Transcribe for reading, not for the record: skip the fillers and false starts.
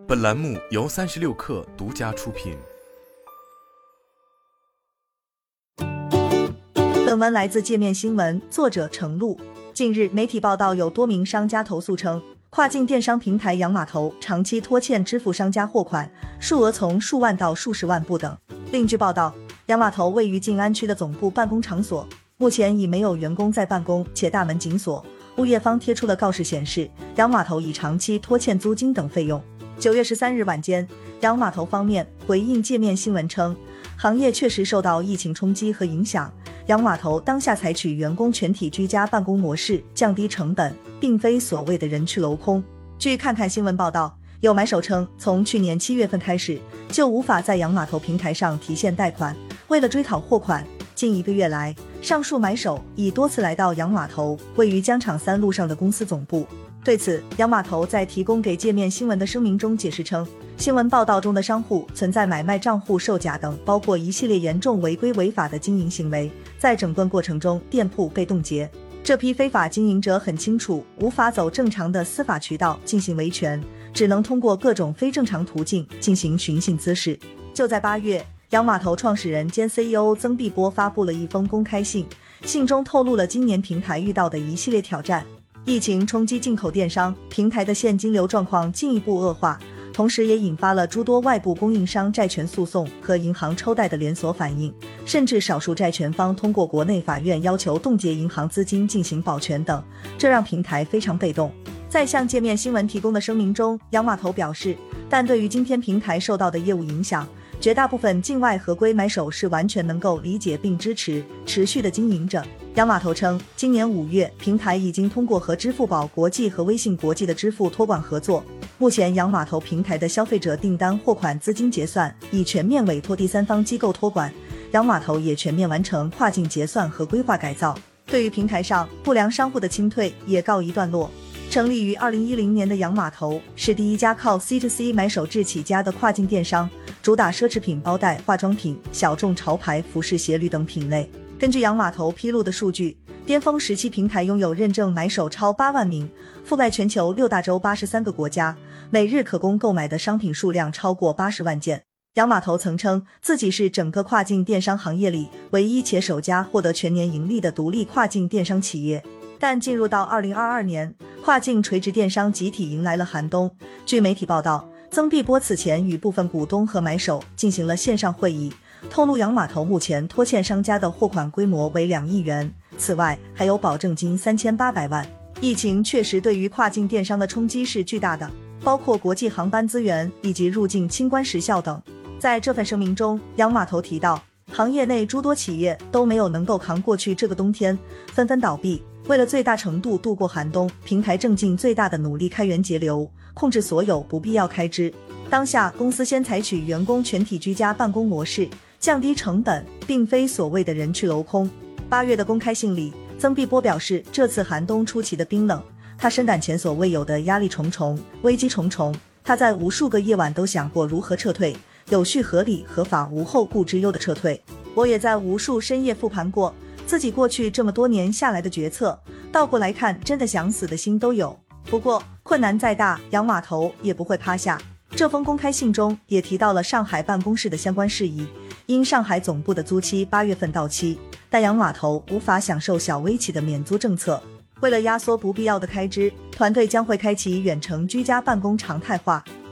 本栏目由36氪独家出品。 本文来自界面新闻，作者程璐。近日，媒体报道有多名商家投诉称，跨境电商平台洋码头长期拖欠支付商家货款，数额从数万到数十万不等。另据报道，洋码头位于静安区的总部办公场所，目前已没有员工在办公，且大门紧锁。物业方贴出了告示，显示洋码头已长期拖欠租金等费用。9月13日晚间，洋码头方面回应界面新闻称，行业确实受到疫情冲击和影响，洋码头当下采取员工全体居家办公模式，降低成本，并非所谓的人去楼空。据看看新闻报道，有买手称，从去年7月份开始，就无法在洋码头平台上提现贷款，为了追讨货款，近1个月来，上述买手已多次来到洋码头位于江场3路上的公司总部。对此，洋码头在提供给界面新闻的声明中解释称，新闻报道中的商户存在买卖账户售假等包括一系列严重违规违法的经营行为，在整顿过程中店铺被冻结。这批非法经营者很清楚无法走正常的司法渠道进行维权，只能通过各种非正常途径进行寻衅滋事。就在8月，洋码头创始人兼 CEO 曾碧波发布了一封公开信，信中透露了今年平台遇到的一系列挑战。疫情冲击进口电商，平台的现金流状况进一步恶化，同时也引发了诸多外部供应商债权诉讼和银行抽贷的连锁反应，甚至少数债权方通过国内法院要求冻结银行资金进行保全等，这让平台非常被动。在向界面新闻提供的声明中，洋码头表示，但对于今天平台受到的业务影响，绝大部分境外合规买手是完全能够理解并支持持续的经营者。洋码头称，今年5月，平台已经通过和支付宝国际和微信国际的支付托管合作，目前洋码头平台的消费者订单货款资金结算已全面委托第三方机构托管，洋码头也全面完成跨境结算和规划改造。对于平台上不良商户的清退也告一段落。成立于2010年的洋码头是第一家靠 C2C 买手制起家的跨境电商，主打奢侈品、包袋、化妆品、小众潮牌、服饰、鞋履等品类。根据洋码头披露的数据，巅峰时期平台拥有认证买手超8万名，覆盖全球6大洲83个国家，每日可供购买的商品数量超过80万件。洋码头曾称自己是整个跨境电商行业里唯一且首家获得全年盈利的独立跨境电商企业。但进入到2022年，跨境垂直电商集体迎来了寒冬。据媒体报道，曾碧波此前与部分股东和买手进行了线上会议，透露洋码头目前拖欠商家的货款规模为2亿元，此外还有保证金3800万。疫情确实对于跨境电商的冲击是巨大的，包括国际航班资源以及入境清关时效等。在这份声明中，洋码头提到，行业内诸多企业都没有能够扛过去这个冬天，纷纷倒闭。为了最大程度度过寒冬，平台正尽最大的努力开源节流，控制所有不必要开支。当下公司先采取员工全体居家办公模式，降低成本，并非所谓的人去楼空。8月的公开信里，曾碧波表示，这次寒冬出奇的冰冷，他深感前所未有的压力重重，危机重重。他在无数个夜晚都想过如何撤退，有序、合理、合法、无后顾之忧的撤退。我也在无数深夜复盘过自己过去这么多年下来的决策，倒过来看，真的想死的心都有。不过困难再大，洋码头也不会趴下。这封公开信中也提到了上海办公室的相关事宜，因上海总部的租期8月份到期，但洋码头无法享受小微企的免租政策。为了压缩不必要的开支，团队将会开启远程居家办公常态化。